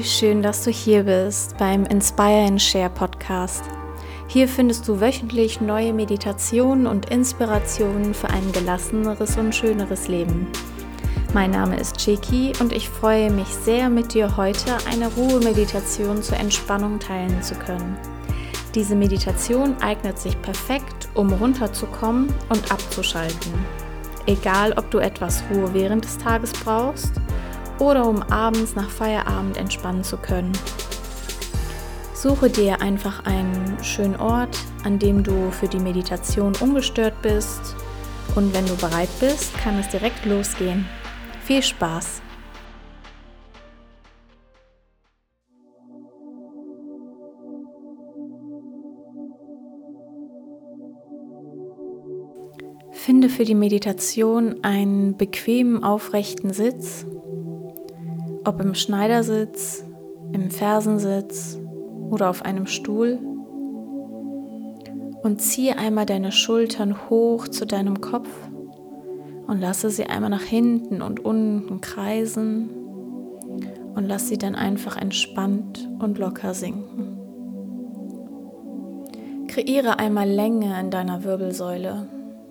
Wie schön, dass du hier bist beim Inspire and Share Podcast. Hier findest du wöchentlich neue Meditationen und Inspirationen für ein gelasseneres und schöneres Leben. Mein Name ist Chiki und ich freue mich sehr, mit dir heute eine Ruhemeditation zur Entspannung teilen zu können. Diese Meditation eignet sich perfekt, um runterzukommen und abzuschalten. Egal, ob du etwas Ruhe während des Tages brauchst oder um abends nach Feierabend entspannen zu können. Suche dir einfach einen schönen Ort, an dem du für die Meditation ungestört bist, und wenn du bereit bist, kann es direkt losgehen. Viel Spaß! Finde für die Meditation einen bequemen, aufrechten Sitz, ob im Schneidersitz, im Fersensitz oder auf einem Stuhl, und ziehe einmal deine Schultern hoch zu deinem Kopf und lasse sie einmal nach hinten und unten kreisen und lass sie dann einfach entspannt und locker sinken. Kreiere einmal Länge in deiner Wirbelsäule.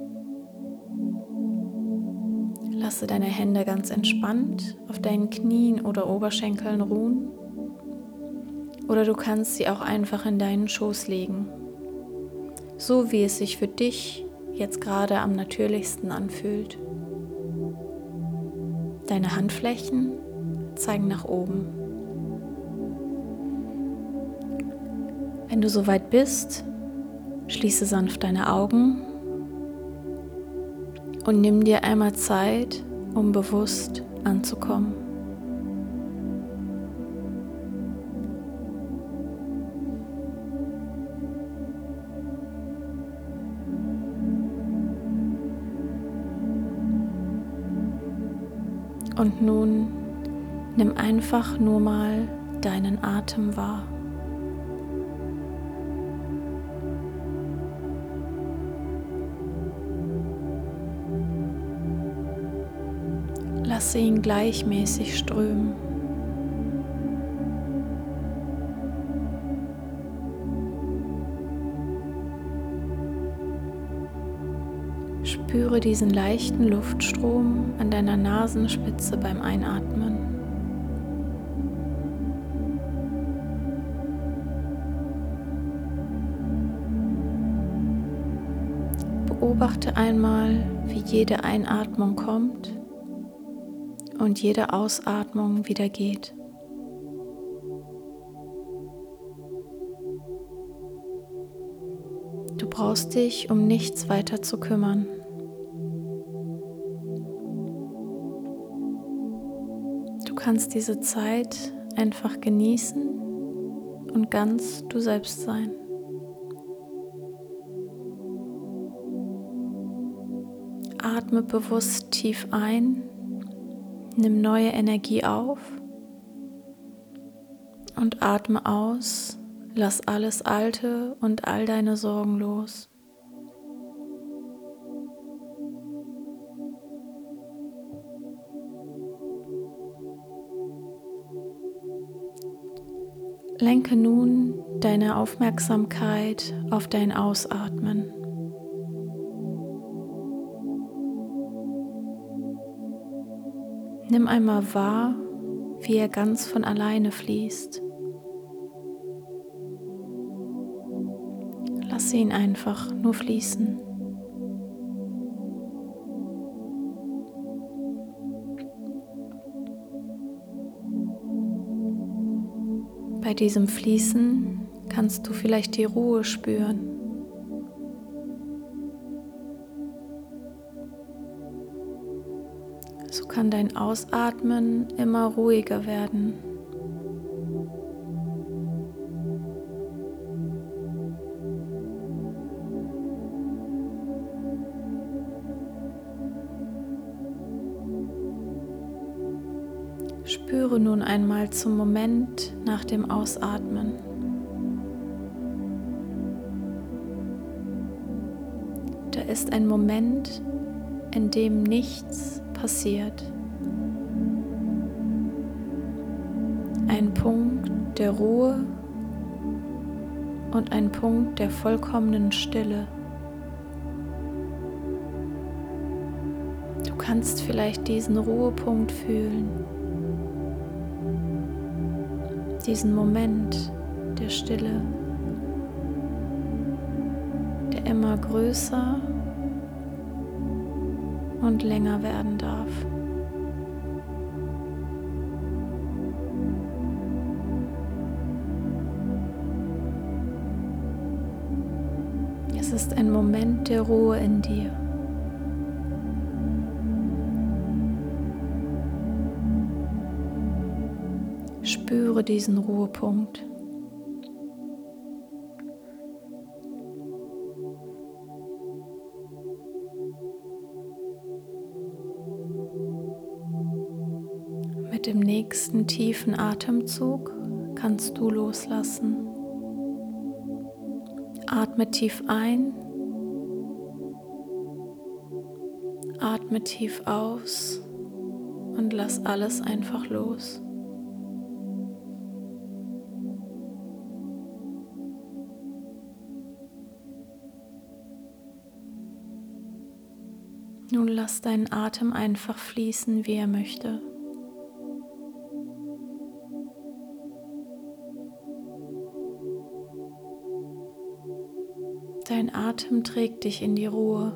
Lasse deine Hände ganz entspannt auf deinen Knien oder Oberschenkeln ruhen. Oder du kannst sie auch einfach in deinen Schoß legen, so wie es sich für dich jetzt gerade am natürlichsten anfühlt. Deine Handflächen zeigen nach oben. Wenn du soweit bist, schließe sanft deine Augen und nimm dir einmal Zeit, um bewusst anzukommen. Und nun nimm einfach nur mal deinen Atem wahr. Lasse ihn gleichmäßig strömen. Spüre diesen leichten Luftstrom an deiner Nasenspitze beim Einatmen. Beobachte einmal, wie jede Einatmung kommt und jede Ausatmung wieder geht. Du brauchst dich um nichts weiter zu kümmern. Du kannst diese Zeit einfach genießen und ganz du selbst sein. Atme bewusst tief ein, nimm neue Energie auf und atme aus, lass alles Alte und all deine Sorgen los. Lenke nun deine Aufmerksamkeit auf dein Ausatmen. Nimm einmal wahr, wie er ganz von alleine fließt. Lass ihn einfach nur fließen. Bei diesem Fließen kannst du vielleicht die Ruhe spüren. So kann dein Ausatmen immer ruhiger werden. Spüre nun einmal zum Moment nach dem Ausatmen. Da ist ein Moment, in dem nichts passiert. ein Punkt der Ruhe und ein Punkt der vollkommenen Stille. Du kannst vielleicht diesen Ruhepunkt fühlen, diesen Moment der Stille, der immer größer und länger werden darf. Es ist ein Moment der Ruhe in dir. Spüre diesen Ruhepunkt. Mit dem nächsten tiefen Atemzug kannst du loslassen. Atme tief ein, atme tief aus und lass alles einfach los. Nun lass deinen Atem einfach fließen, wie er möchte. Dein Atem trägt dich in die Ruhe.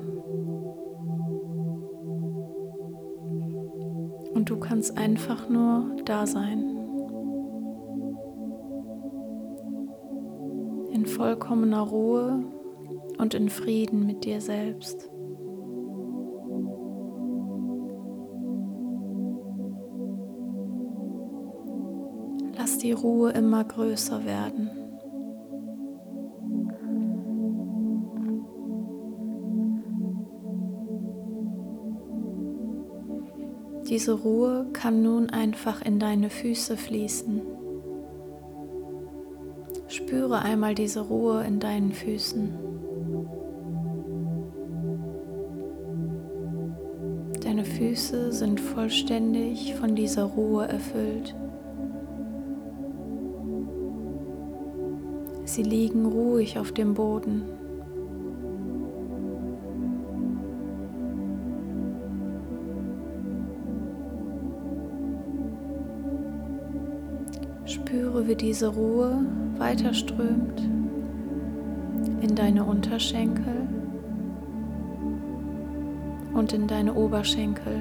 Und du kannst einfach nur da sein. In vollkommener Ruhe und in Frieden mit dir selbst. Lass die Ruhe immer größer werden. Diese Ruhe kann nun einfach in deine Füße fließen. Spüre einmal diese Ruhe in deinen Füßen. Deine Füße sind vollständig von dieser Ruhe erfüllt. Sie liegen ruhig auf dem Boden. Spüre, wie diese Ruhe weiterströmt in deine Unterschenkel und in deine Oberschenkel.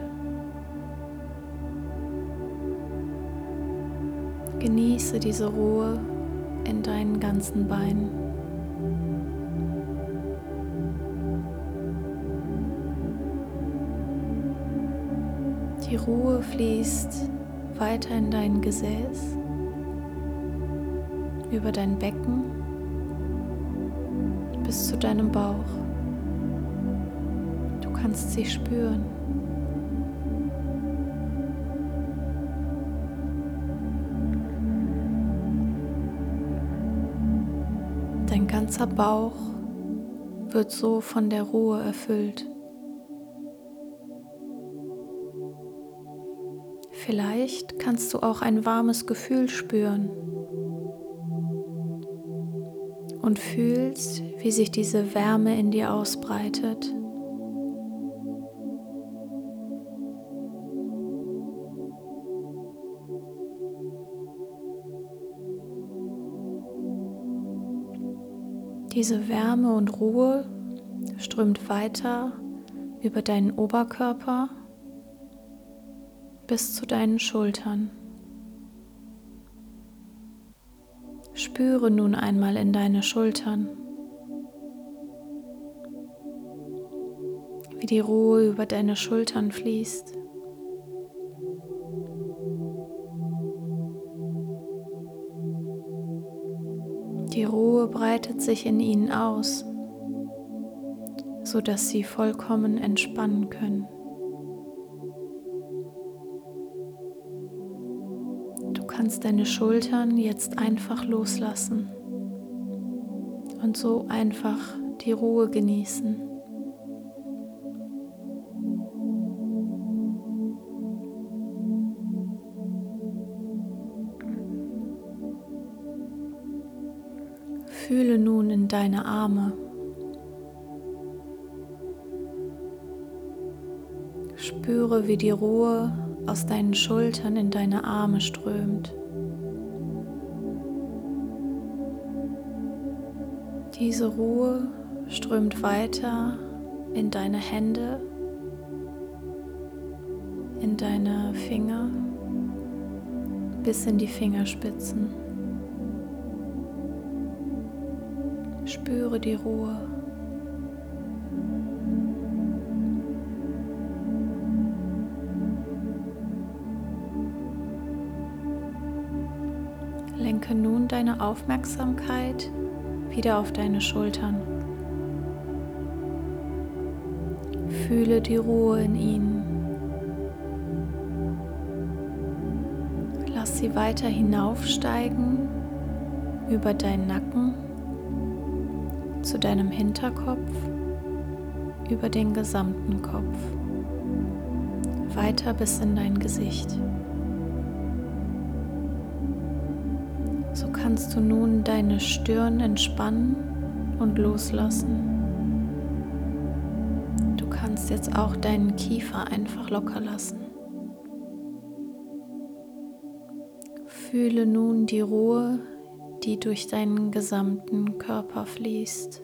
Genieße diese Ruhe in deinen ganzen Beinen. Die Ruhe fließt weiter in dein Gesäß, über dein Becken bis zu deinem Bauch. Du kannst sie spüren. Dein ganzer Bauch wird so von der Ruhe erfüllt. Vielleicht kannst du auch ein warmes Gefühl spüren und fühlst, wie sich diese Wärme in dir ausbreitet. Diese Wärme und Ruhe strömt weiter über deinen Oberkörper bis zu deinen Schultern. Spüre nun einmal in deine Schultern, wie die Ruhe über deine Schultern fließt. Die Ruhe breitet sich in ihnen aus, sodass sie vollkommen entspannen können. Du kannst deine Schultern jetzt einfach loslassen und so einfach die Ruhe genießen. deine Arme. Spüre, wie die Ruhe aus deinen Schultern in deine Arme strömt. Diese Ruhe strömt weiter in deine Hände, in deine Finger, bis in die Fingerspitzen. Spüre die Ruhe. Lenke nun deine Aufmerksamkeit wieder auf deine Schultern. Fühle die Ruhe in ihnen. Lass sie weiter hinaufsteigen über deinen Nacken, zu deinem Hinterkopf, über den gesamten Kopf, weiter bis in dein Gesicht. So kannst du nun deine Stirn entspannen und loslassen. Du kannst jetzt auch deinen Kiefer einfach locker lassen. Fühle nun die Ruhe, die durch deinen gesamten Körper fließt.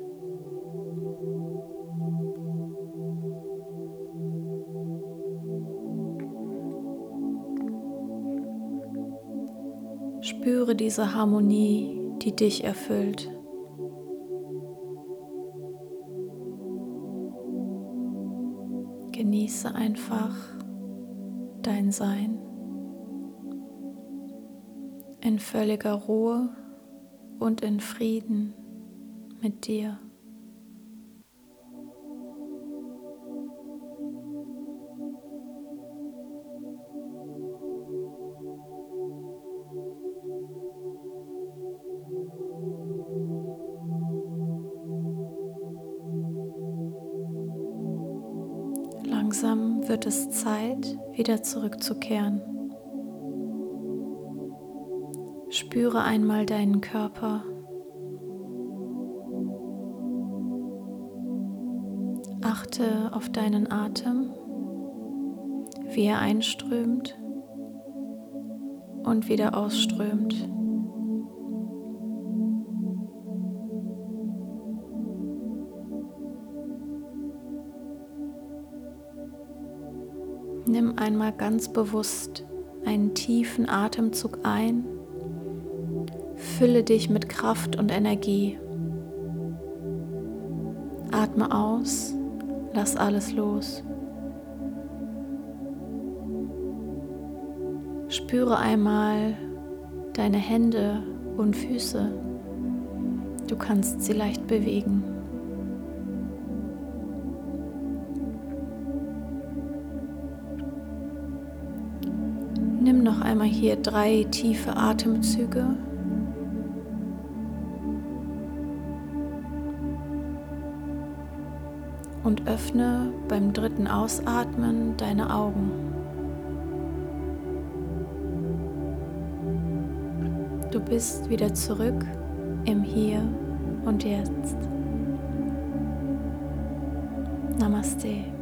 Spüre diese Harmonie, die dich erfüllt. Genieße einfach dein Sein in völliger Ruhe und in Frieden mit dir. Langsam wird es Zeit, wieder zurückzukehren. Spüre einmal deinen Körper. Achte auf deinen Atem, wie er einströmt und wieder ausströmt. Nimm einmal ganz bewusst einen tiefen Atemzug ein. Fülle dich mit Kraft und Energie. Atme aus, lass alles los. Spüre einmal deine Hände und Füße. Du kannst sie leicht bewegen. Nimm noch einmal hier 3 tiefe Atemzüge. Und öffne beim 3. Ausatmen deine Augen. Du bist wieder zurück im Hier und Jetzt. Namaste.